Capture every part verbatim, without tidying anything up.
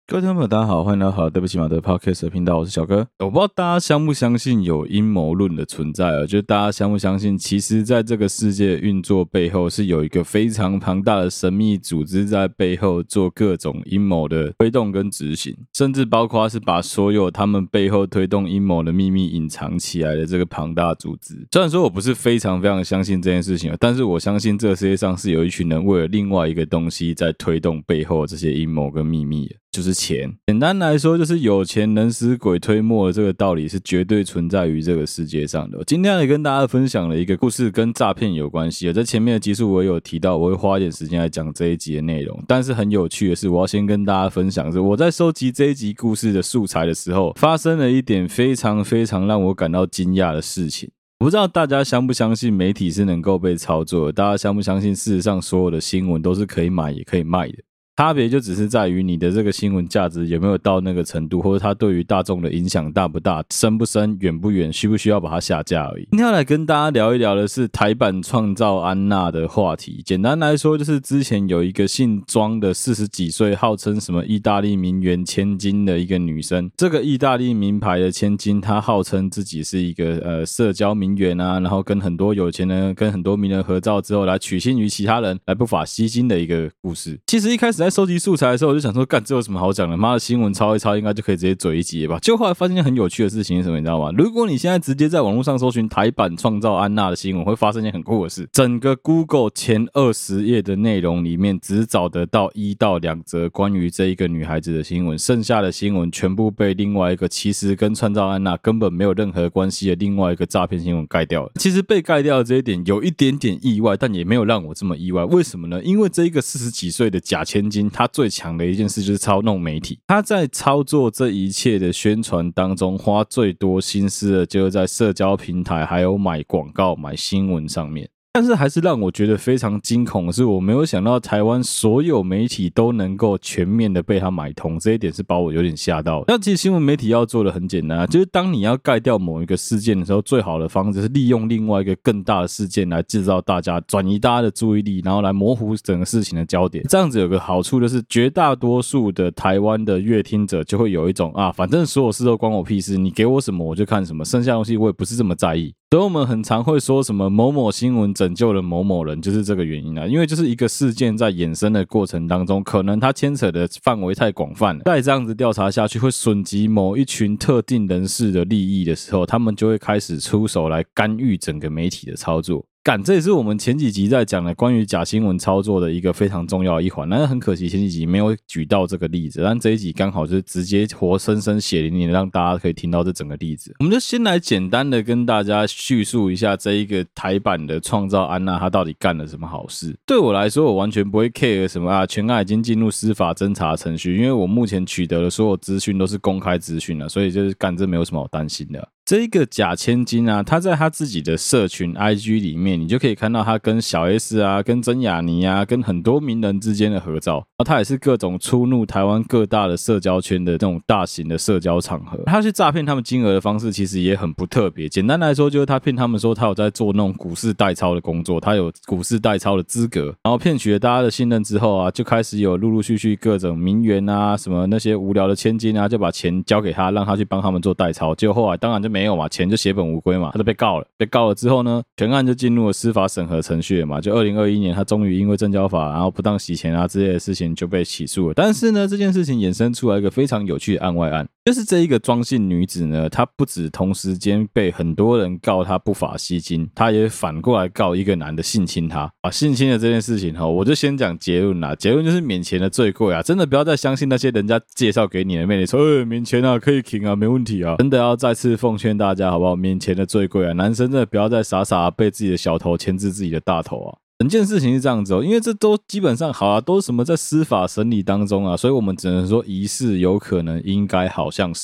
各位听众朋友大家好，欢迎来到好对不起马的 Podcast 的频道，我是小哥。我不知道大家相不相信有阴谋论的存在啊，就是大家相不相信其实在这个世界运作背后是有一个非常庞大的神秘组织在背后做各种阴谋的推动跟执行，甚至包括是把所有他们背后推动阴谋的秘密隐藏起来的这个庞大组织。虽然说我不是非常非常相信这件事情，但是我相信这个世界上是有一群人为了另外一个东西在推动背后这些阴谋跟秘密的，就是钱。简单来说，就是有钱能使鬼推磨的这个道理是绝对存在于这个世界上的。今天来跟大家分享的一个故事跟诈骗有关系，在前面的集数我有提到，我会花一点时间来讲这一集的内容。但是很有趣的是，我要先跟大家分享的是，我在收集这一集故事的素材的时候，发生了一点非常非常让我感到惊讶的事情。我不知道大家相不相信媒体是能够被操作的，大家相不相信事实上所有的新闻都是可以买也可以卖的。差别就只是在于你的这个新闻价值有没有到那个程度，或者它对于大众的影响大不大、深不深、远不远、需不需要把它下架而已。今天要来跟大家聊一聊的是台版创造安娜的话题。简单来说，就是之前有一个姓庄的四十几岁，号称什么意大利名媛千金的一个女生。这个意大利名牌的千金，她号称自己是一个呃社交名媛啊，然后跟很多有钱人、跟很多名人合照之后，来取信于其他人，来不法吸金的一个故事。其实一开始在收集素材的时候，我就想说，干，这有什么好讲的？妈的，新闻抄一抄，应该就可以直接嘴一集了吧？结果后来发现很有趣的事情是什么，你知道吗？如果你现在直接在网络上搜寻台版创造安娜的新闻，会发生一件很酷的事：整个 Google 前二十页的内容里面，只找得到一到两则关于这一个女孩子的新闻，剩下的新闻全部被另外一个其实跟创造安娜根本没有任何关系的另外一个诈骗新闻盖掉了。其实被盖掉的这一点有一点点意外，但也没有让我这么意外。为什么呢？因为这一个四十几岁的假千金，她最强的一件事就是操弄媒体。他在操作这一切的宣传当中，花最多心思的就是在社交平台还有买广告、买新闻上面。但是还是让我觉得非常惊恐的是，我没有想到台湾所有媒体都能够全面的被他买通，这一点是把我有点吓到的。那其实新闻媒体要做的很简单啊，就是当你要盖掉某一个事件的时候，最好的方式是利用另外一个更大的事件来制造大家转移大家的注意力，然后来模糊整个事情的焦点。这样子有个好处就是，绝大多数的台湾的阅听者就会有一种啊，反正所有事都关我屁事，你给我什么我就看什么，剩下的东西我也不是这么在意。所以我们很常会说什么某某新闻拯救了某某人，就是这个原因啊。因为就是一个事件在衍生的过程当中，可能它牵扯的范围太广泛了，再这样子调查下去会损及某一群特定人士的利益的时候，他们就会开始出手来干预整个媒体的操作。干，这也是我们前几集在讲的关于假新闻操作的一个非常重要的一环，但是很可惜前几集没有举到这个例子，但这一集刚好就是直接活生生血淋淋的让大家可以听到这整个例子。我们就先来简单的跟大家叙述一下这一个台版的创造安娜她到底干了什么好事。对我来说，我完全不会 care 什么啊，全案已经进入司法侦查程序，因为我目前取得的所有资讯都是公开资讯了，所以就是干，这没有什么好担心的啊。这一个假千金啊，他在他自己的社群 I G 里面，你就可以看到他跟小 S 啊、跟曾雅妮啊、跟很多名人之间的合照。然后他也是各种出入台湾各大的社交圈的这种大型的社交场合。他去诈骗他们金额的方式其实也很不特别。简单来说，就是他骗他们说他有在做那种股市代操的工作，他有股市代操的资格，然后骗取了大家的信任之后啊，就开始有陆陆续续各种名媛啊、什么那些无聊的千金啊，就把钱交给他，让他去帮他们做代操。结果后来当然就没有嘛，钱就血本无归嘛，他就被告了。被告了之后呢，全案就进入了司法审核程序了嘛。就二零二一年，他终于因为证交法，然后不当洗钱啊之类的事情就被起诉了。但是呢，这件事情衍生出来一个非常有趣的案外案，就是这一个庄姓女子呢，她不止同时间被很多人告她不法吸金，她也反过来告一个男的性侵她啊。性侵的这件事情哈，我就先讲结论啦。结论就是免钱的最贵啊，真的不要再相信那些人家介绍给你的魅力说，呃、欸，免钱啊，可以停啊，没问题啊。真的要再次奉劝大家好不好？免钱的最贵啊，男生真的不要再傻傻被自己的小头牵制自己的大头啊。整件事情是这样子哦，因为这都基本上好啊，都是什么在司法审理当中啊，所以我们只能说疑似有可能应该好像是啊。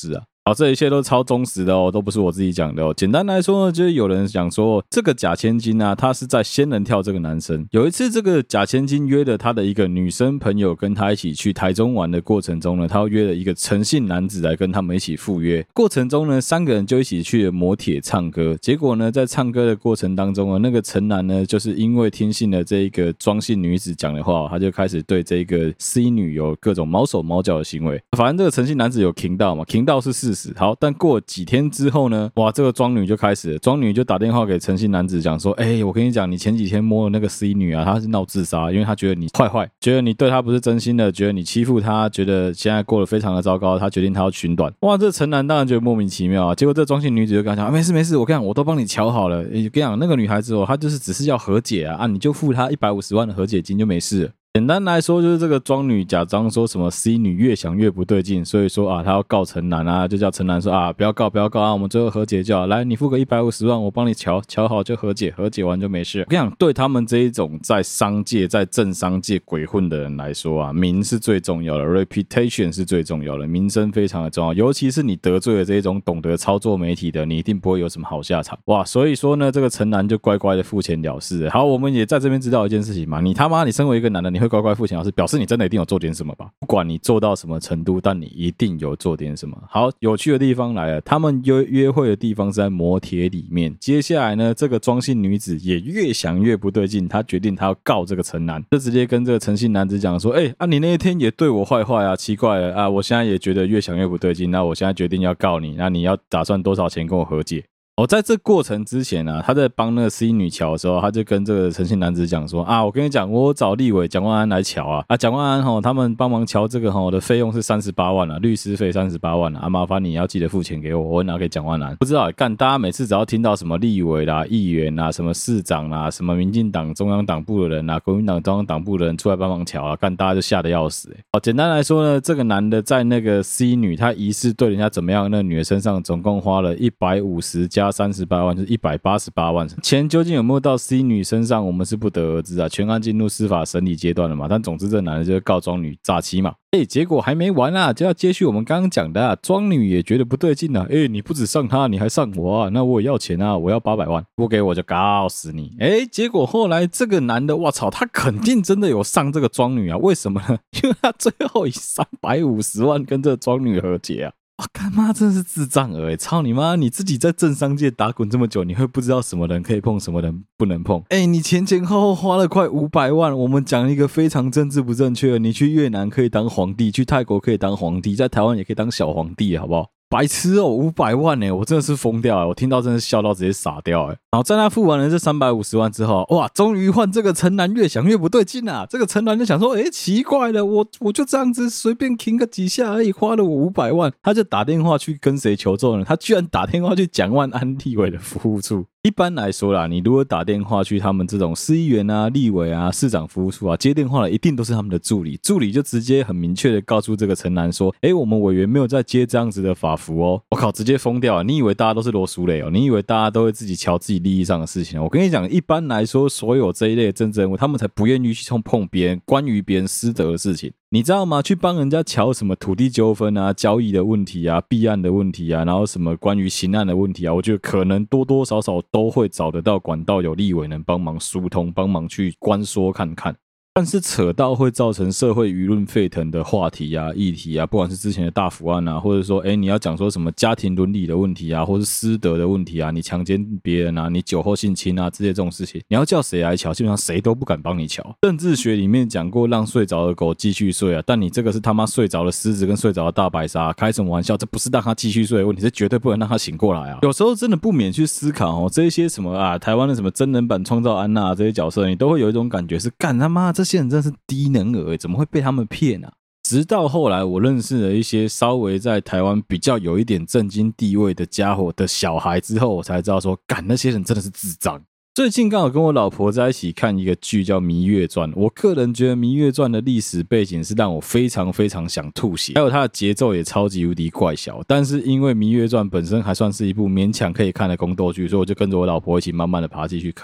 好，这一切都超忠实的哦，都不是我自己讲的哦。简单来说呢，就是有人讲说，这个假千金啊，他是在仙人跳这个男生。有一次，这个假千金约了他的一个女生朋友跟他一起去台中玩的过程中呢，他约了一个陈姓男子来跟他们一起赴约。过程中呢，三个人就一起去了摩铁唱歌。结果呢，在唱歌的过程当中呢，那个陈男呢，就是因为听信了这一个庄姓女子讲的话，他就开始对这个 C 女有各种毛手毛脚的行为。反正这个陈姓男子有听到嘛，听到是事实。好，但过几天之后呢，哇，这个庄女就开始了，庄女就打电话给陈姓男子讲说，哎、欸，我跟你讲，你前几天摸的那个 C 女啊，她是闹自杀，因为她觉得你坏坏，觉得你对她不是真心的，觉得你欺负她，觉得现在过得非常的糟糕，她决定她要寻短。哇，这陈男当然觉得莫名其妙啊，结果这庄姓女子就跟他讲、啊，没事没事，我跟你讲，我都帮你瞧好了。欸、跟你讲，那个女孩子哦，她就是只是要和解啊，啊，你就付她一百五十万的和解金就没事了。简单来说，就是这个庄女假装说什么 C 女越想越不对劲，所以说啊，她要告陈男啊，就叫陈男说啊，不要告不要告啊，我们最后和解就好，来你付个一百五十万，我帮你瞧瞧好就和解，和解完就没事。我跟你讲，对他们这一种在商界在政商界鬼混的人来说啊，名是最重要的 ，reputation 是最重要的，名声非常的重要，尤其是你得罪了这一种懂得操作媒体的，你一定不会有什么好下场。哇，所以说呢，这个陈男就乖乖的付钱了事了。好，我们也在这边知道一件事情嘛，你他妈你身为一个男的，你会乖乖付钱了事，表示你真的一定有做点什么吧？不管你做到什么程度，但你一定有做点什么。好，有趣的地方来了，他们约约会的地方是在摩铁里面。接下来呢，这个庄姓女子也越想越不对劲，她决定她要告这个陈男，就直接跟这个陈姓男子讲说：“哎、欸，啊，你那一天也对我坏坏啊，奇怪了啊，我现在也觉得越想越不对劲，那我现在决定要告你，那你要打算多少钱跟我和解？”哦，在这过程之前啊，他在帮那个 C 女瞧的时候，他就跟这个陈姓男子讲说啊，我跟你讲，我找立委蒋万安来瞧啊，啊，蒋万安吼，他们帮忙瞧这个吼的费用是三十八万啊，律师费三十八万啊，啊，麻烦你要记得付钱给我，我会拿给蒋万安。不知道干，大家每次只要听到什么立委啦、议员啦、什么市长啦、什么民进党中央党部的人啦、国民党中央党部的人出来帮忙瞧啊，干大家就吓得要死欸。好，简单来说呢，这个男的在那个 C 女他疑似对人家怎么样，那个女的身上总共花了一百五十加三十八万，就是一百八十八万。钱究竟有没有到 C 女身上，我们是不得而知啊。全案进入司法审理阶段了嘛，但总之这男的就是告庄女诈欺嘛。哎、欸，结果还没完啊，就要接续我们刚刚讲的啊，庄女也觉得不对劲啊。哎、欸，你不止上他，你还上我啊，那我也要钱啊，我要八百万，不给我就告死你。哎、欸，结果后来这个男的，我操，他肯定真的有上这个庄女啊，为什么呢？因为他最后以三百五十万跟这个庄女和解啊。哇，干妈真的是智障儿欸！操你妈！你自己在政商界打滚这么久，你会不知道什么人可以碰，什么人不能碰？哎、欸，你前前后后花了快五百万。我们讲一个非常政治不正确的，你去越南可以当皇帝，去泰国可以当皇帝，在台湾也可以当小皇帝，好不好？白痴哦，五百万欸，我真的是疯掉欸！我听到真的笑到直接傻掉欸！然后在他付完了这三百五十万之后，哇，终于换这个陈男越想越不对劲啊！这个陈男就想说，哎，奇怪了，我我就这样子随便停个几下而已，花了我五百万，他就打电话去跟谁求助呢？他居然打电话去蒋万安立委的服务处。一般来说啦，你如果打电话去他们这种市议员啊、立委啊、市长服务处啊，接电话的一定都是他们的助理，助理就直接很明确的告诉这个陈男说，哎，我们委员没有在接这样子的法服哦。我靠，直接疯掉了！你以为大家都是罗淑蕾哦？你以为大家都会自己瞧自己利益上的事情哦？我跟你讲，一般来说，所有这一类的政治人物，他们才不愿意去碰别人关于别人私德的事情。你知道吗？去帮人家瞧什么土地纠纷啊、交易的问题啊、弊案的问题啊，然后什么关于刑案的问题啊，我觉得可能多多少少都会找得到管道，有立委能帮忙疏通，帮忙去关说看看。但是扯到会造成社会舆论沸腾的话题啊、议题啊，不管是之前的大福案啊，或者说，哎，你要讲说什么家庭伦理的问题啊，或是私德的问题啊，你强奸别人啊，你酒后性侵啊，这些这种事情，你要叫谁来瞧，基本上谁都不敢帮你瞧。政治学里面讲过，让睡着的狗继续睡啊，但你这个是他妈睡着的狮子跟睡着的大白鲨，开什么玩笑？这不是让他继续睡的问题，是绝对不能让他醒过来啊！有时候真的不免去思考哦，这些什么啊，台湾的什么真人版创造安娜这些角色，你都会有一种感觉是，干他妈这些人真的是低能儿，怎么会被他们骗啊？直到后来我认识了一些稍微在台湾比较有一点政经地位的家伙的小孩之后，我才知道说，干那些人真的是智障。最近刚好跟我老婆在一起看一个剧叫《芈月传》，我个人觉得《芈月传》的历史背景是让我非常非常想吐血，还有它的节奏也超级无敌怪小。但是因为《芈月传》本身还算是一部勉强可以看的宫斗剧，所以我就跟着我老婆一起慢慢的爬进去啃完。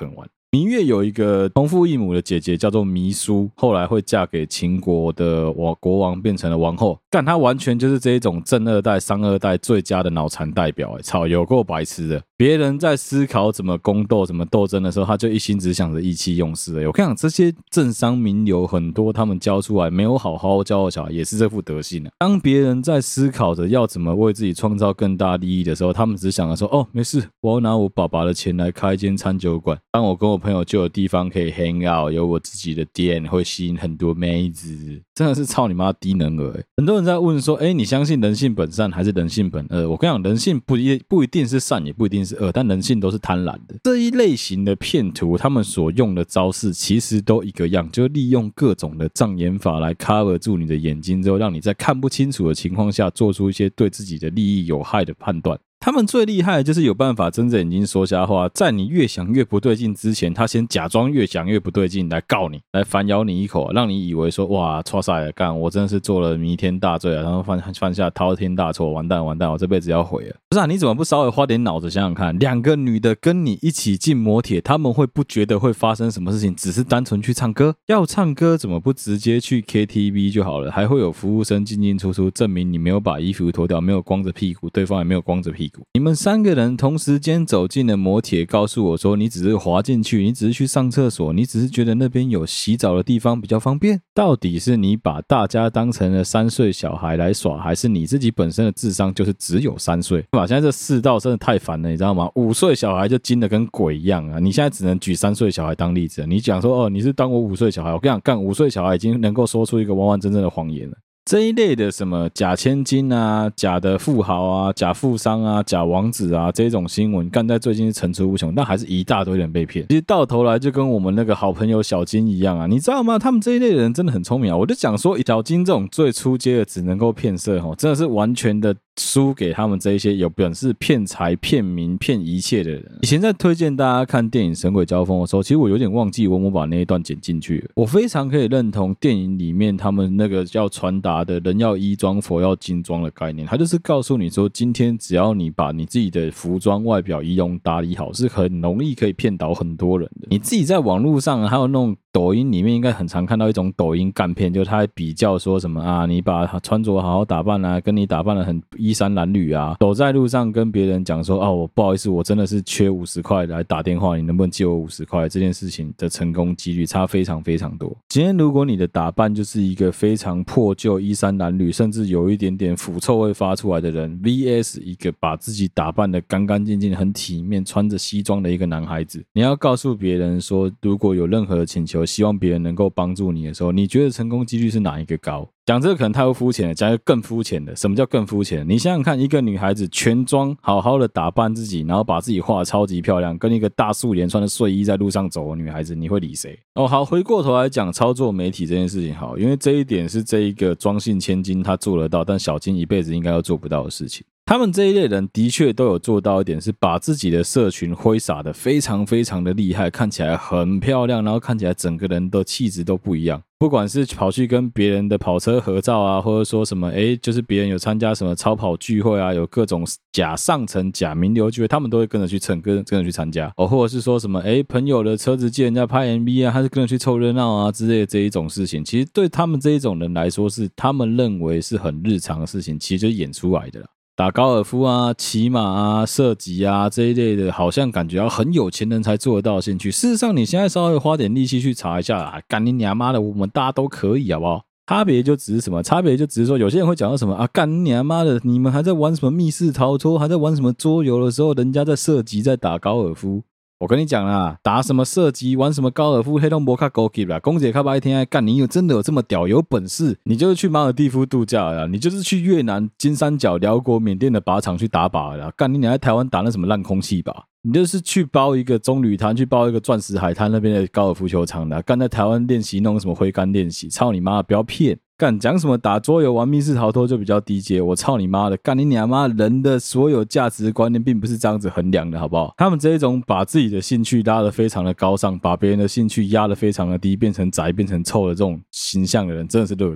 芈月有一个同父异母的姐姐叫做芈姝，后来会嫁给秦国的国王，变成了王后。干，她完全就是这一种正二代、商二代最佳的脑残代表、欸，操，有够白痴的。别人在思考怎么宫斗、怎么斗争的时候，他就一心只想着意气用事、欸。我跟你讲，这些政商名流很多，他们教出来没有好好教的小孩，也是这副德性啊。当别人在思考着要怎么为自己创造更大利益的时候，他们只想着说：“哦，没事，我要拿我爸爸的钱来开一间餐酒馆，当我跟我朋友就有地方可以 hang out， 有我自己的店，会吸引很多妹子。”真的是操你妈低能儿、欸！很多人在问说：“哎，你相信人性本善还是人性本恶？”我跟你讲，人性不一不一定是善，也不一定是恶，但人性都是贪婪的。这一类型的骗图，他们所用的招式其实都一个样，就是利用各种的障眼法来 cover 住你的眼睛，之后让你在看不清楚的情况下，做出一些对自己的利益有害的判断。他们最厉害的就是有办法睁着眼睛说瞎话，在你越想越不对劲之前，他先假装越想越不对劲来告你，来反咬你一口，让你以为说哇，错赛了，干，我真的是做了弥天大罪啊，然后犯犯下滔天大错，完蛋完蛋，我这辈子要毁了。不是啊，你怎么不稍微花点脑子想想看，两个女的跟你一起进摩铁，他们会不觉得会发生什么事情，只是单纯去唱歌？要唱歌怎么不直接去 K T V 就好了？还会有服务生进进出出，证明你没有把衣服脱掉，没有光着屁股，对方也没有光着屁股。你们三个人同时间走进了摩铁，告诉我说你只是滑进去，你只是去上厕所，你只是觉得那边有洗澡的地方比较方便。到底是你把大家当成了三岁小孩来耍，还是你自己本身的智商就是只有三岁？现在这世道真的太烦了，你知道吗？五岁小孩就精得跟鬼一样啊！你现在只能举三岁小孩当例子，你讲说哦，你是当我五岁小孩，我跟你讲，干五岁小孩已经能够说出一个完完整整的谎言了。这一类的什么假千金啊、假的富豪啊、假富商啊、假王子啊这种新闻，干在最近是层出不穷，但还是一大堆人被骗。其实到头来就跟我们那个好朋友小金一样啊，你知道吗？他们这一类的人真的很聪明啊！我就讲说，小金这种最初阶的只能够骗色，真的是完全的输给他们这一些有本事骗财、骗名、骗一切的人。以前在推荐大家看电影《神鬼交锋》的时候，其实我有点忘记我有把那一段剪进去了。我非常可以认同电影里面他们那个要传达的人要衣装佛要金装的概念，他就是告诉你说，今天只要你把你自己的服装外表仪容打理好，是很容易可以骗倒很多人的。你自己在网络上还有那种抖音里面应该很常看到一种抖音干片，就他比较说什么啊，你把穿着好好打扮啊，跟你打扮的很衣衫褴褛啊，走在路上跟别人讲说啊，我不好意思，我真的是缺五十块来打电话，你能不能借我五十块？这件事情的成功几率差非常非常多。今天如果你的打扮就是一个非常破旧、衣衫褴褛，甚至有一点点腐臭味发出来的人 V S 一个把自己打扮的干干净净、很体面、穿着西装的一个男孩子，你要告诉别人说，如果有任何的请求，希望别人能够帮助你的时候，你觉得成功几率是哪一个高？讲这个可能太过肤浅了，讲一个更肤浅的。什么叫更肤浅？你想想看，一个女孩子全妆好好的打扮自己，然后把自己画得超级漂亮，跟一个大素颜穿着睡衣在路上走的女孩子，你会理谁？哦，好，回过头来讲操作媒体这件事情，好，因为这一点是这一个庄姓千金她做得到，但小金一辈子应该都做不到的事情。他们这一类人的确都有做到一点，是把自己的社群挥洒的非常非常的厉害，看起来很漂亮，然后看起来整个人的气质都不一样。不管是跑去跟别人的跑车合照啊，或者说什么诶就是别人有参加什么超跑聚会啊，有各种假上层假名流聚会，他们都会跟着去蹭，跟跟着去参加哦，或者是说什么诶朋友的车子借人家拍 M V 啊，他是跟着去凑热闹啊之类的这一种事情，其实对他们这一种人来说，是他们认为是很日常的事情，其实就是演出来的啦。打高尔夫啊、骑马啊、射击啊这一类的，好像感觉要很有钱人才做得到的兴趣。事实上，你现在稍微花点力气去查一下啊，干你娘妈的，我们大家都可以，好不好？差别就只是什么？差别就只是说，有些人会讲到什么啊，干你娘妈的，你们还在玩什么密室逃脱，还在玩什么桌游的时候，人家在射击，在打高尔夫。我跟你讲啦，打什么射击，玩什么高尔夫，黑洞博卡狗给啦，公姐卡巴一天干，你有真的有这么屌，有本事，你就是去马尔地夫度假啦，你就是去越南金三角、辽国、缅甸的靶场去打靶啦，干你你在台湾打那什么烂空气靶，你就是去包一个棕榈滩，去包一个钻石海滩那边的高尔夫球场的，干在台湾练习弄什么挥杆练习，操你妈，不要骗！干讲什么打桌游玩密室逃脱就比较低阶，我操你妈的！干你娘妈！人的所有价值观念并不是这样子衡量的，好不好？他们这一种把自己的兴趣拉得非常的高尚，把别人的兴趣压得非常的低，变成宅变成臭的这种形象的人，真的是垃圾。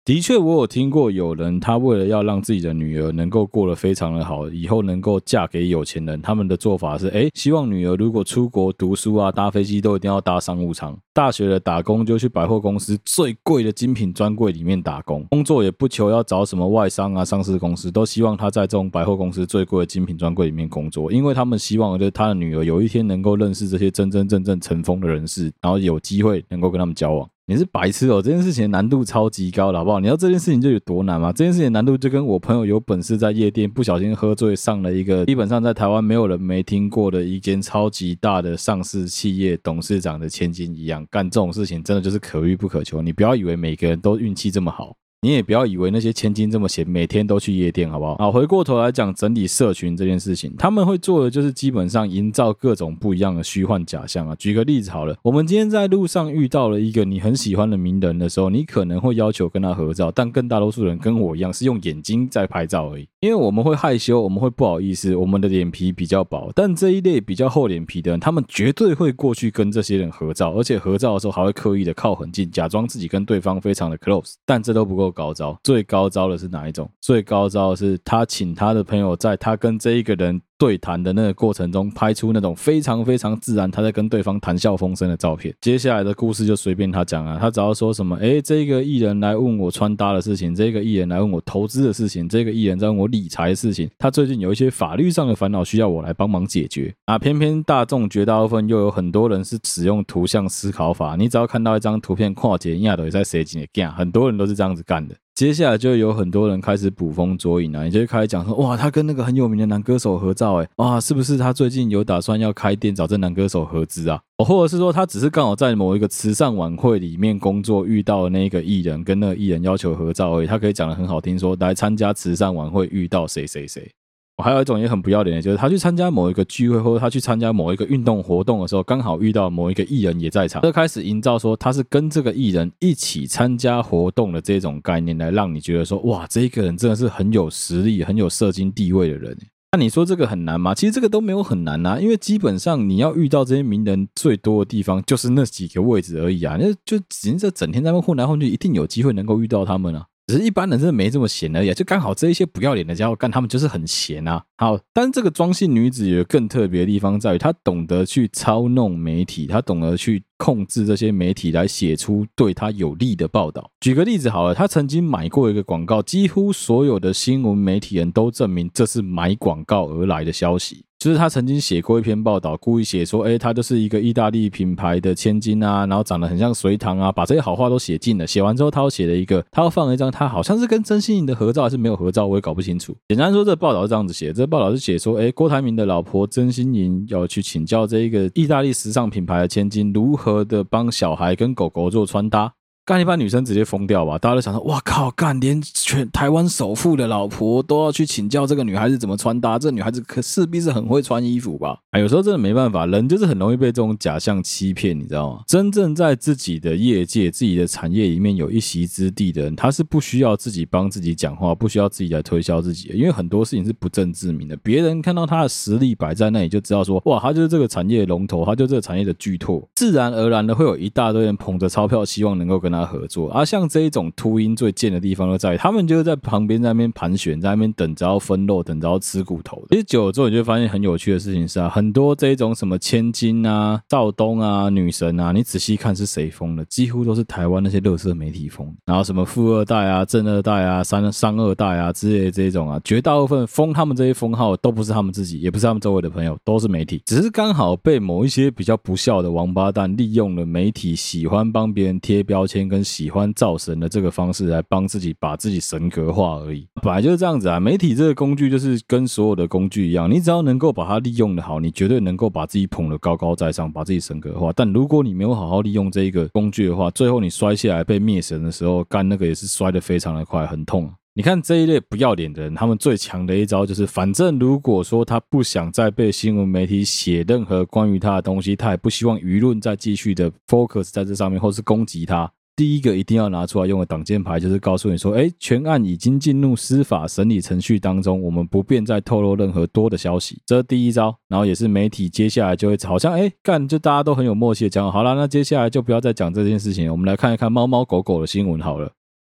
的确我有听过有人他为了要让自己的女儿能够过得非常的好，以后能够嫁给有钱人，他们的做法是诶希望女儿如果出国读书啊，搭飞机都一定要搭商务舱，大学的打工就去百货公司最贵的精品专柜里面打工，工作也不求要找什么外商啊上市公司，都希望他在这种百货公司最贵的精品专柜里面工作，因为他们希望就是他的女儿有一天能够认识这些真真正正成功的人士，然后有机会能够跟他们交往。你是白痴哦，这件事情的难度超级高的好不好？你知道这件事情就有多难吗？这件事情的难度就跟我朋友有本事在夜店不小心喝醉上了一个基本上在台湾没有人没听过的一间超级大的上市企业董事长的千金一样，干这种事情真的就是可遇不可求，你不要以为每个人都运气这么好，你也不要以为那些千金这么闲，每天都去夜店，好不好？好，回过头来讲整理社群这件事情，他们会做的就是基本上营造各种不一样的虚幻假象啊。举个例子好了，我们今天在路上遇到了一个你很喜欢的名人的时候，你可能会要求跟他合照，但更大多数人跟我一样是用眼睛在拍照而已，因为我们会害羞，我们会不好意思，我们的脸皮比较薄。但这一类比较厚脸皮的人，他们绝对会过去跟这些人合照，而且合照的时候还会刻意的靠很近，假装自己跟对方非常的 close， 但这都不够高招。最高招的是哪一种？最高招的是他请他的朋友在他跟这一个人对谈的那个过程中拍出那种非常非常自然他在跟对方谈笑风生的照片。接下来的故事就随便他讲啊，他只要说什么诶这个艺人来问我穿搭的事情，这个艺人来问我投资的事情，这个艺人在问我理财的事情，他最近有一些法律上的烦恼需要我来帮忙解决啊。偏偏大众绝大部分又有很多人是使用图像思考法，你只要看到一张图片跨界亚都在谁进的，很多人都是这样子干的。接下来就有很多人开始捕风捉影啊，你就会开始讲说，哇，他跟那个很有名的男歌手合照，哎，哇，是不是他最近有打算要开店找这男歌手合资啊？或者是说他只是刚好在某一个慈善晚会里面工作，遇到那个艺人，跟那个艺人要求合照而已，他可以讲得很好听，说来参加慈善晚会遇到谁谁谁。还有一种也很不要脸的，就是他去参加某一个聚会，或者他去参加某一个运动活动的时候，刚好遇到某一个艺人也在场，就开始营造说他是跟这个艺人一起参加活动的这种概念，来让你觉得说，哇，这个人真的是很有实力、很有社经地位的人。那你说这个很难吗？其实这个都没有很难啊，因为基本上你要遇到这些名人最多的地方就是那几个位置而已啊，那就只是这整天在那混来混去，一定有机会能够遇到他们啊。只是一般人真的没这么闲而已啊，就刚好这一些不要脸的家伙干，他们就是很闲啊。好，但是这个庄姓女子有更特别的地方在于，她懂得去操弄媒体，她懂得去控制这些媒体来写出对她有利的报道。举个例子好了，她曾经买过一个广告，几乎所有的新闻媒体人都证明这是买广告而来的消息。就是他曾经写过一篇报道，故意写说，诶，他就是一个意大利品牌的千金啊，然后长得很像隋唐啊，把这些好话都写尽了。写完之后，他又写了一个，他又放了一张他好像是跟曾心怡的合照，还是没有合照，我也搞不清楚。简单说，这个报道是这样子写，这个报道是写说，诶，郭台铭的老婆曾心怡要去请教这一个意大利时尚品牌的千金，如何的帮小孩跟狗狗做穿搭。干一般女生直接疯掉吧，大家都想说，哇靠，干连全台湾首富的老婆都要去请教这个女孩子怎么穿搭，这个女孩子可势必是很会穿衣服吧？啊，有时候真的没办法，人就是很容易被这种假象欺骗，你知道吗？真正在自己的业界、自己的产业里面有一席之地的人，他是不需要自己帮自己讲话，不需要自己来推销自己的，因为很多事情是不证自明的。别人看到他的实力摆在那里，就知道说，哇，他就是这个产业的龙头，他就是这个产业的巨拓，自然而然的会有一大堆人捧着钞票，希望能够跟他合作。啊，像这一种秃鹰最贱的地方就在于，他们就是在旁边在那边盘旋，在那边等着要分肉，等着要吃骨头的。其实久了之后，你就会发现很有趣的事情是啊，很多这一种什么千金啊、赵东啊、女神啊，你仔细看是谁封的，几乎都是台湾那些垃圾媒体封的。然后什么富二代啊、正二代啊、三商二代啊之类的这种啊，绝大部分封他们这些封号都不是他们自己，也不是他们周围的朋友，都是媒体，只是刚好被某一些比较不孝的王八蛋利用了媒体喜欢帮别人贴标签跟喜欢造神的这个方式来帮自己把自己神格化而已。本来就是这样子啊，媒体这个工具就是跟所有的工具一样，你只要能够把它利用的好，你绝对能够把自己捧得高高在上，把自己神格化。但如果你没有好好利用这一个工具的话，最后你摔下来被灭神的时候，干那个也是摔得非常的快，很痛啊。你看这一类不要脸的人，他们最强的一招就是，反正如果说他不想再被新闻媒体写任何关于他的东西，他也不希望舆论再继续的 focus 在这上面，或是攻击他。第一个一定要拿出来用的挡箭牌就是告诉你说，诶，全案已经进入司法审理程序当中，我们不便再透露任何多的消息。这是第一招，然后也是媒体接下来就会好像诶干，就大家都很有默契的讲好了，那接下来就不要再讲这件事情了，我们来看一看猫猫狗狗的新闻好了。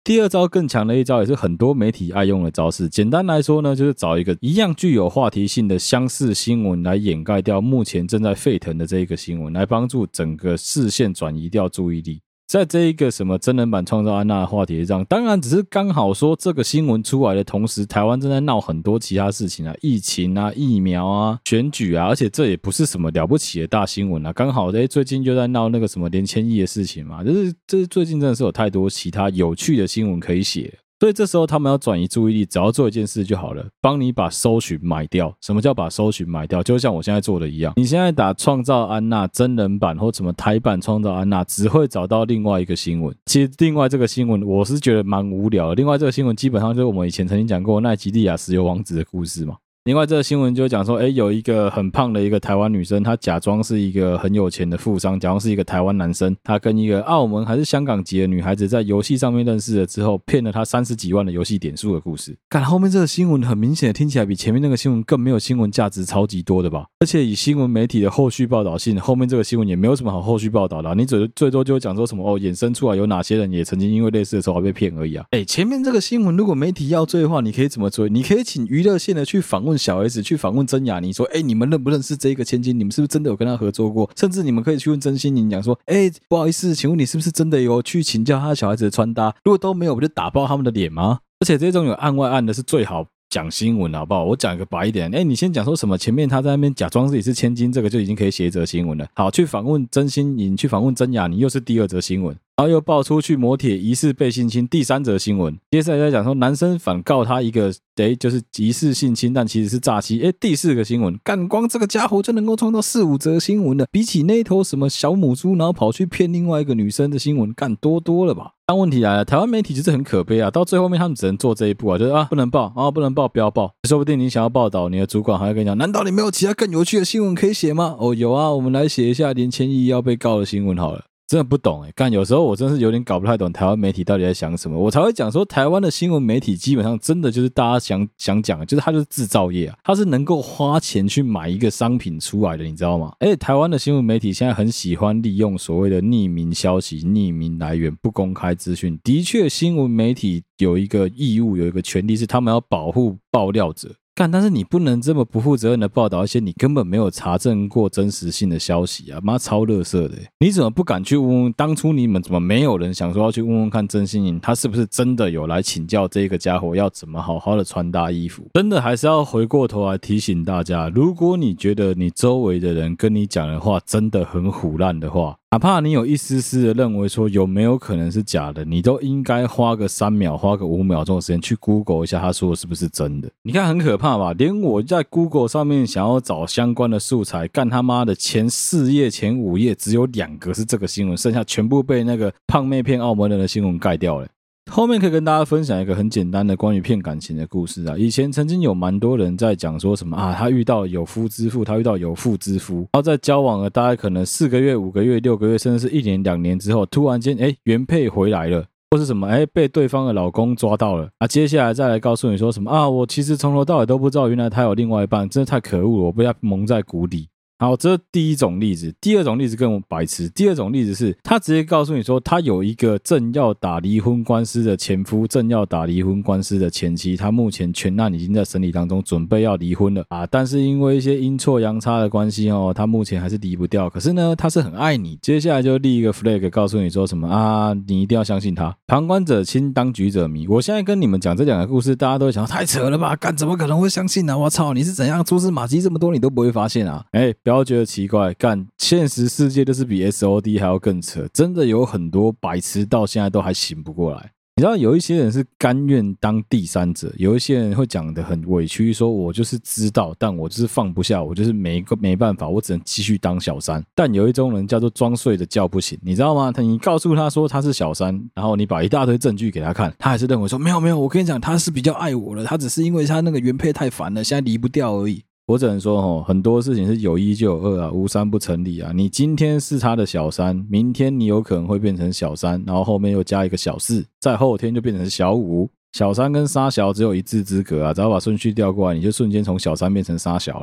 第二招更强的一招，也是很多媒体爱用的招式。简单来说呢，就是找一个一样具有话题性的相似新闻来掩盖掉目前正在沸腾的这一个新闻，来帮助整个视线转移掉注意力。在这一个什么真人版创造安娜的话题上，当然只是刚好说这个新闻出来的同时，台湾正在闹很多其他事情啊，疫情啊、疫苗啊、选举啊，而且这也不是什么了不起的大新闻啊，刚好诶最近就在闹那个什么连千亿的事情嘛，就是这最近真的是有太多其他有趣的新闻可以写。所以这时候他们要转移注意力，只要做一件事就好了，帮你把搜寻买掉。什么叫把搜寻买掉？就像我现在做的一样，你现在打创造安娜真人版或什么台版创造安娜，只会找到另外一个新闻。其实另外这个新闻我是觉得蛮无聊的，另外这个新闻基本上就是我们以前曾经讲过奈及利亚石油王子的故事嘛。另外这个新闻就讲说，诶有一个很胖的一个台湾女生，她假装是一个很有钱的富商，假装是一个台湾男生，她跟一个澳门还是香港籍的女孩子在游戏上面认识了之后，骗了她三十几万的游戏点数的故事。看后面这个新闻很明显的听起来比前面那个新闻更没有新闻价值，超级多的吧。而且以新闻媒体的后续报道性，后面这个新闻也没有什么好后续报道的、啊、你最最多就讲说什么哦，衍生出来有哪些人也曾经因为类似的手法被骗而已啊。诶前面这个新闻如果媒体要追的话，你可以怎么追？你可以请娱乐线的去访问小 S， 去访问曾雅妮说，哎，你们认不认识这个千金？你们是不是真的有跟他合作过？甚至你们可以去问曾心莹讲说，哎，不好意思，请问你是不是真的有去请教他小孩子的穿搭？如果都没有，不就打爆他们的脸吗？而且这种有案外案的是最好讲新闻好不好？我讲一个白一点，哎，你先讲说什么？前面他在那边假装自己是千金，这个就已经可以写一则新闻了。好，去访问曾心莹，去访问曾雅妮，又是第二则新闻。然后又爆出去摩铁疑似被性侵，第三则新闻。接下来再讲说男生反告他一个，诶就是疑似性侵，但其实是诈欺。诶第四个新闻，干光这个家伙就能够创造四五则新闻了，比起那头什么小母猪，然后跑去骗另外一个女生的新闻，干多多了吧？但问题来了，台湾媒体就是很可悲啊，到最后面他们只能做这一步啊，就是啊不能报啊不能报，不要报。说不定你想要报道，你的主管还会跟你讲，难道你没有其他更有趣的新闻可以写吗？哦有啊，我们来写一下连千亿要被告的新闻好了。真的不懂哎，干有时候我真是有点搞不太懂台湾媒体到底在想什么，我才会讲说台湾的新闻媒体基本上真的就是大家想想讲的，就是它就是制造业啊，它是能够花钱去买一个商品出来的，你知道吗？而且台湾的新闻媒体现在很喜欢利用所谓的匿名消息、匿名来源、不公开资讯。的确，新闻媒体有一个义务、有一个权利，是他们要保护爆料者。干，但是你不能这么不负责任的报道一些你根本没有查证过真实性的消息啊！妈超垃圾的，你怎么不敢去问问？当初你们怎么没有人想说要去问问看曾心莹，他是不是真的有来请教这个家伙要怎么好好的穿搭衣服？真的还是要回过头来提醒大家，如果你觉得你周围的人跟你讲的话真的很唬烂的话，哪怕你有一丝丝的认为说有没有可能是假的，你都应该花个三秒花个五秒钟的时间去 Google 一下他说的是不是真的。你看很可怕吧，连我在 Google 上面想要找相关的素材，干他妈的前四页前五页只有两个是这个新闻，剩下全部被那个胖妹骗澳门人的新闻盖掉了。后面可以跟大家分享一个很简单的关于骗感情的故事啊。以前曾经有蛮多人在讲说什么啊，他遇到有夫之妇，他遇到有妇之夫，然后在交往了大概可能四个月、五个月、六个月，甚至是一年、两年之后，突然间，哎，原配回来了。或是什么哎，被对方的老公抓到了啊，接下来再来告诉你说什么啊，我其实从头到尾都不知道原来他有另外一半，真的太可恶了，我被他蒙在鼓里。好，这是第一种例子。第二种例子更白痴。第二种例子是他直接告诉你说，他有一个正要打离婚官司的前夫，正要打离婚官司的前妻，他目前全案已经在审理当中，准备要离婚了啊。但是因为一些阴错阳差的关系哦，他目前还是离不掉。可是呢，他是很爱你。接下来就立一个 flag， 告诉你说什么啊，你一定要相信他。旁观者清，当局者迷。我现在跟你们讲这两个故事，大家都会想太扯了吧？干怎么可能会相信呢、啊？我操，你是怎样蛛丝马迹这么多，你都不会发现啊？哎。不要觉得奇怪，干现实世界就是比 S O D 还要更扯，真的有很多白痴到现在都还醒不过来。你知道有一些人是甘愿当第三者，有一些人会讲得很委屈，说我就是知道，但我就是放不下，我就是没没办法，我只能继续当小三。但有一种人叫做装睡的叫不醒，你知道吗？你告诉他说他是小三，然后你把一大堆证据给他看，他还是认为说没有没有，我跟你讲，他是比较爱我的，他只是因为他那个原配太烦了，现在离不掉而已。我只能说齁，很多事情是有一就有二啊，无三不成理啊。你今天是他的小三，明天你有可能会变成小三，然后后面又加一个小四，再后天就变成小五。小三跟杀小只有一字之隔啊，只要把顺序调过来，你就瞬间从小三变成杀小啦。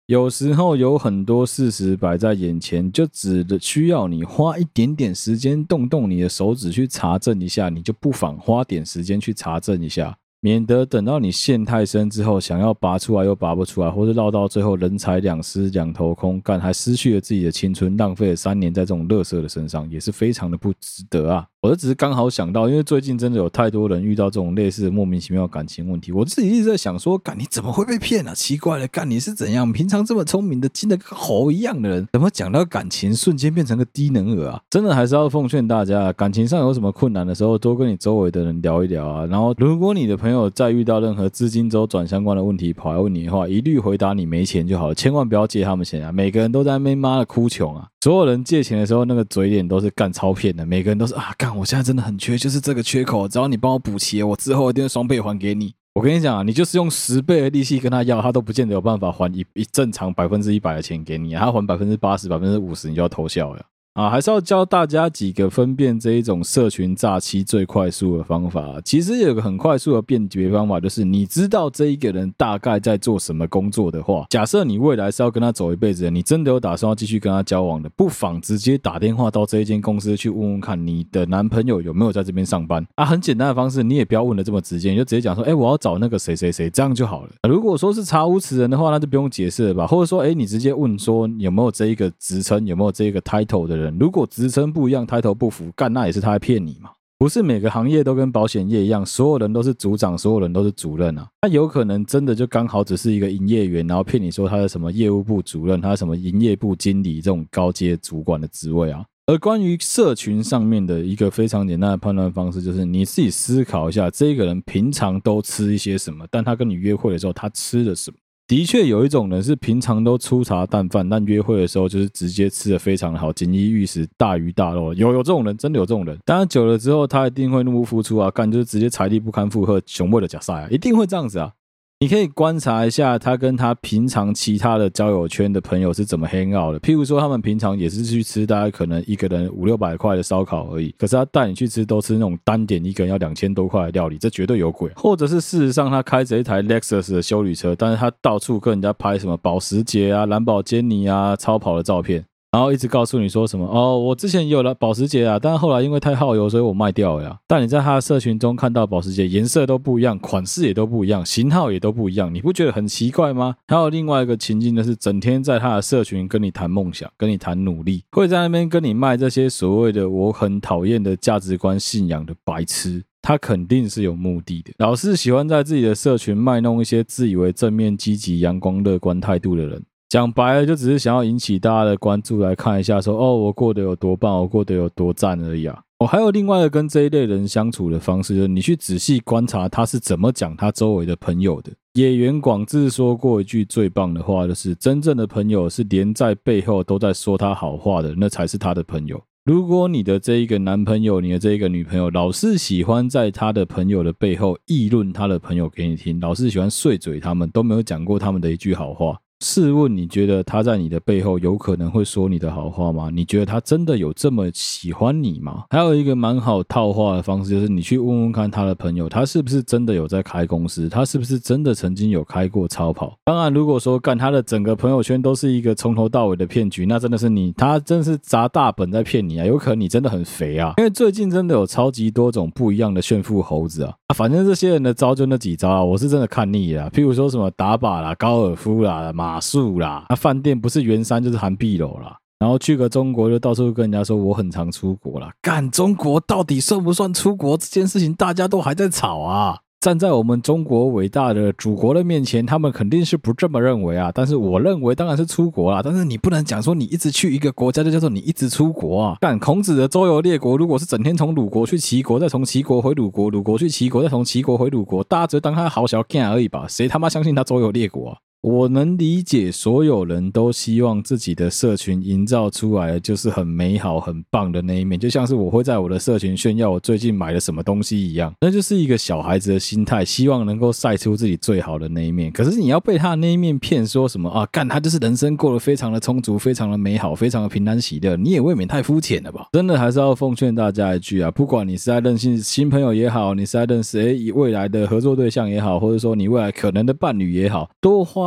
有时候有很多事实摆在眼前，就只需要你花一点点时间动动你的手指去查证一下，你就不妨花点时间去查证一下，免得等到你陷太深之后，想要拔出来又拔不出来，或者绕到最后人财两失两头空，干还失去了自己的青春，浪费了三年在这种垃圾的身上，也是非常的不值得啊。我就只是刚好想到，因为最近真的有太多人遇到这种类似的莫名其妙的感情问题，我自己一直在想说，干你怎么会被骗啊？奇怪了，干你是怎样？平常这么聪明的，精的跟猴一样的人，怎么讲到感情瞬间变成个低能儿啊？真的还是要奉劝大家，感情上有什么困难的时候，多跟你周围的人聊一聊啊。然后，如果你的朋友在遇到任何资金周转相关的问题跑来问你的话，一律回答你没钱就好了，千万不要借他们钱啊！每个人都在那边妈的哭穷啊！所有人借钱的时候，那个嘴脸都是干超骗的，每个人都是啊干。我现在真的很缺，就是这个缺口，只要你帮我补齐，我之后一定会双倍还给你。我跟你讲啊，你就是用十倍的利息跟他要，他都不见得有办法还一一正常百分之一百的钱给你，他还百分之八十、百分之五十，你就要偷笑了。啊，还是要教大家几个分辨这一种社群诈欺最快速的方法。其实有个很快速的辨别方法，就是你知道这一个人大概在做什么工作的话，假设你未来是要跟他走一辈子的，你真的有打算要继续跟他交往的，不妨直接打电话到这一间公司去问问看你的男朋友有没有在这边上班啊。很简单的方式，你也不要问的这么直接，你就直接讲说，哎，我要找那个谁谁谁，这样就好了。如果说是查无此人的话，那就不用解释了吧。或者说，哎，你直接问说有没有这一个职称，有没有这一个 title 的人。如果职称不一样，抬头不符，干那也是他在骗你嘛。不是每个行业都跟保险业一样，所有人都是组长，所有人都是主任啊。他有可能真的就刚好只是一个营业员，然后骗你说他是什么业务部主任，他是什么营业部经理这种高阶主管的职位啊。而关于社群上面的一个非常简单的判断方式，就是你自己思考一下，这个人平常都吃一些什么，但他跟你约会的时候，他吃了什么。的确有一种人是平常都粗茶淡饭，但约会的时候就是直接吃得非常的好，锦衣玉食，大鱼大肉。有有这种人，真的有这种人。当然久了之后，他一定会入不敷出啊，干就是直接财力不堪负荷，熊为了假赛啊，一定会这样子啊。你可以观察一下他跟他平常其他的交友圈的朋友是怎么 hang out 的，譬如说他们平常也是去吃大概可能一个人五六百块的烧烤而已，可是他带你去吃都吃那种单点一个人要两千多块的料理，这绝对有鬼。或者是事实上他开着一台 Lexus 的休旅车，但是他到处跟人家拍什么保时捷啊、兰博基尼啊超跑的照片，然后一直告诉你说什么哦，我之前也有了保时捷啊，但是后来因为太耗油，所以我卖掉了呀。但你在他的社群中看到保时捷颜色都不一样，款式也都不一样，型号也都不一样，你不觉得很奇怪吗？还有另外一个情境就是整天在他的社群跟你谈梦想，跟你谈努力，会在那边跟你卖这些所谓的我很讨厌的价值观信仰的白痴。他肯定是有目的的，老是喜欢在自己的社群卖弄一些自以为正面积极阳光乐观态度的人，讲白了就只是想要引起大家的关注，来看一下说哦我过得有多棒，我过得有多赞而已啊。我、哦、还有另外一个跟这一类人相处的方式，就是你去仔细观察他是怎么讲他周围的朋友的。野原广志说过一句最棒的话，就是真正的朋友是连在背后都在说他好话的，那才是他的朋友。如果你的这一个男朋友，你的这一个女朋友老是喜欢在他的朋友的背后议论他的朋友给你听，老是喜欢碎嘴他们，都没有讲过他们的一句好话，试问你觉得他在你的背后有可能会说你的好话吗？你觉得他真的有这么喜欢你吗？还有一个蛮好套话的方式，就是你去问问看他的朋友，他是不是真的有在开公司，他是不是真的曾经有开过超跑。当然如果说干他的整个朋友圈都是一个从头到尾的骗局，那真的是你他真的是砸大本在骗你啊，有可能你真的很肥啊。因为最近真的有超级多种不一样的炫富猴子啊，啊反正这些人的招就那几招啊，我是真的看腻了。譬如说什么打靶啦、高尔夫啦、马术啦，那饭店不是圆山就是韩碧楼啦，然后去个中国就到处跟人家说我很常出国啦。干中国到底算不算出国这件事情大家都还在吵啊。站在我们中国伟大的祖国的面前，他们肯定是不这么认为啊，但是我认为当然是出国啦。但是你不能讲说你一直去一个国家就叫做你一直出国啊。干孔子的周游列国，如果是整天从鲁国去齐国，再从齐国回鲁国，鲁国去齐国，再从齐国回鲁国，大家只当他好小干而已吧，谁他妈相信他周游列国啊。我能理解所有人都希望自己的社群营造出来的就是很美好很棒的那一面，就像是我会在我的社群炫耀我最近买了什么东西一样，那就是一个小孩子的心态，希望能够晒出自己最好的那一面。可是你要被他的那一面骗说什么啊，干他就是人生过得非常的充足，非常的美好，非常的平安喜乐，你也未免太肤浅了吧。真的还是要奉劝大家一句啊，不管你是在认识新朋友也好，你是在认识诶未来的合作对象也好，或者说你未来可能的伴侣也好，多花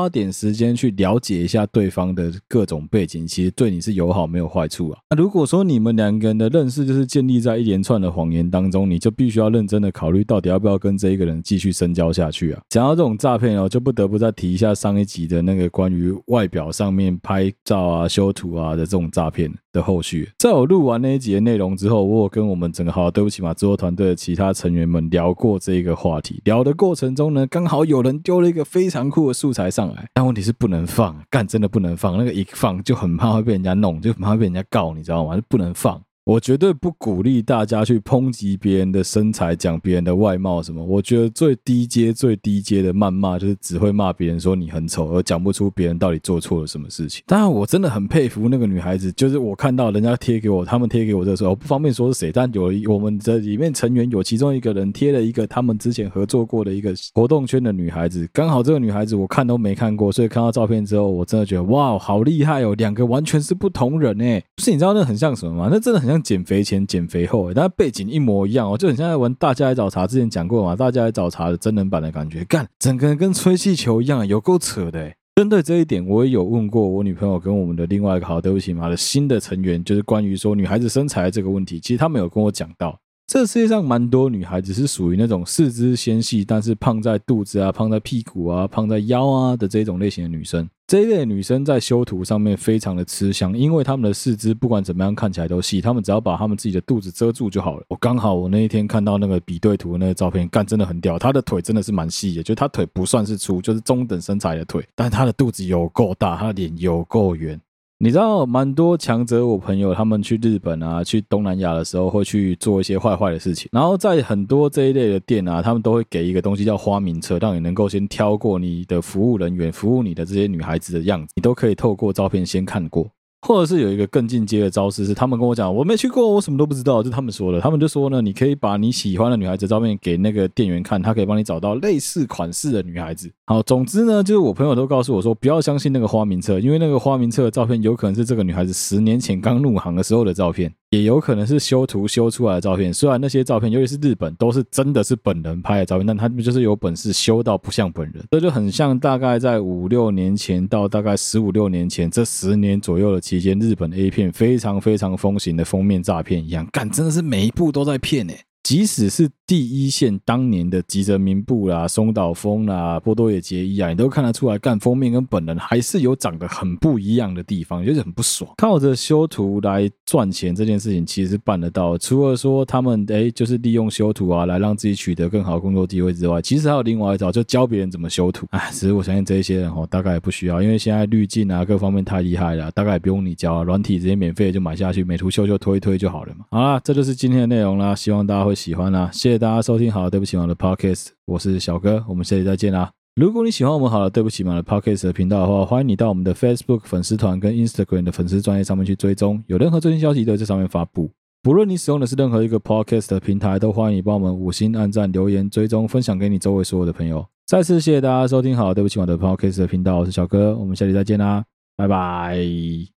花点时间去了解一下对方的各种背景，其实对你是有好没有坏处啊。那如果说你们两个人的认识就是建立在一连串的谎言当中，你就必须要认真的考虑到底要不要跟这一个人继续深交下去啊。讲到这种诈骗哦，就不得不再提一下上一集的那个关于外表上面拍照啊、修图啊的这种诈骗的后续。在我录完那一集的内容之后，我有跟我们整个好对不起嘛制作团队的其他成员们聊过这个话题。聊的过程中呢，刚好有人丢了一个非常酷的素材上来，但问题是不能放，干真的不能放，那个一放就很怕会被人家弄，就很怕会被人家告，你知道吗？就不能放。我绝对不鼓励大家去抨击别人的身材，讲别人的外貌什么。我觉得最低阶、最低阶的谩骂就是只会骂别人说你很丑，而讲不出别人到底做错了什么事情。当然，我真的很佩服那个女孩子，就是我看到人家贴给我，他们贴给我的时候，我不方便说是谁，但有我们的里面成员有其中一个人贴了一个他们之前合作过的一个活动圈的女孩子，刚好这个女孩子我看都没看过，所以看到照片之后，我真的觉得哇，好厉害哦，两个完全是不同人诶。不是你知道那很像什么吗？那真的很像减肥前减肥后，但背景一模一样哦，就很像在玩大家来找茬，之前讲过嘛，大家来找茬的真人版的感觉，干整个人跟吹气球一样，有够扯的诶。针对这一点，我也有问过我女朋友跟我们的另外一个好对不起嘛的新的成员，就是关于说女孩子身材这个问题，其实他们有跟我讲到。这世界上蛮多女孩子是属于那种四肢纤细，但是胖在肚子啊、胖在屁股啊、胖在腰啊的这种类型的女生。这一类的女生在修图上面非常的吃香，因为她们的四肢不管怎么样看起来都细，她们只要把她们自己的肚子遮住就好了。我刚好我那一天看到那个比对图的那个照片，干真的很屌，她的腿真的是蛮细的，就是她腿不算是粗，就是中等身材的腿，但她的肚子有够大，她的脸有够圆。你知道蛮多强者我朋友他们去日本啊去东南亚的时候会去做一些坏坏的事情，然后在很多这一类的店啊，他们都会给一个东西叫花名册，让你能够先挑过你的服务人员服务你的这些女孩子的样子，你都可以透过照片先看过。或者是有一个更进阶的招式，是他们跟我讲，我没去过，我什么都不知道，就是他们说的。他们就说呢，你可以把你喜欢的女孩子照片给那个店员看，他可以帮你找到类似款式的女孩子。好，总之呢，就是我朋友都告诉我说，不要相信那个花名册，因为那个花名册的照片有可能是这个女孩子十年前刚入行的时候的照片，也有可能是修图修出来的照片。虽然那些照片，尤其是日本，都是真的是本人拍的照片，但他们就是有本事修到不像本人，这就很像大概在五六年前到大概十五六年前这十年左右的期间，日本 A 片非常非常风行的封面诈骗一样，干真的是每一部都在骗欸。即使是第一线当年的吉泽明步啦、松岛枫啦、波多野结衣啊，你都看得出来，干封面跟本人还是有长得很不一样的地方，就是很不爽。靠着修图来赚钱这件事情其实是办得到，除了说他们诶就是利用修图啊来让自己取得更好的工作机会之外，其实还有另外一招，就教别人怎么修图。哎，只是我相信这一些人哦，大概也不需要，因为现在滤镜啊各方面太厉害了，大概也不用你教啊，软体直接免费就买下去，美图秀秀推一推就好了嘛。好啦，这就是今天的内容啦，希望大家会喜欢啦，谢谢大家收听好了对不起嘛的 Podcast， 我是小哥，我们下期再见啦。如果你喜欢我们好了对不起嘛的 Podcast 的频道的话，欢迎你到我们的 Facebook 粉丝团跟 Instagram 的粉丝专页上面去追踪，有任何最新消息都在这上面发布。不论你使用的是任何一个 Podcast 的平台，都欢迎你帮我们五星按赞、留言、追踪、分享给你周围所有的朋友。再次谢谢大家收听好了对不起嘛的 Podcast 的频道，我是小哥，我们下期再见啦，拜拜。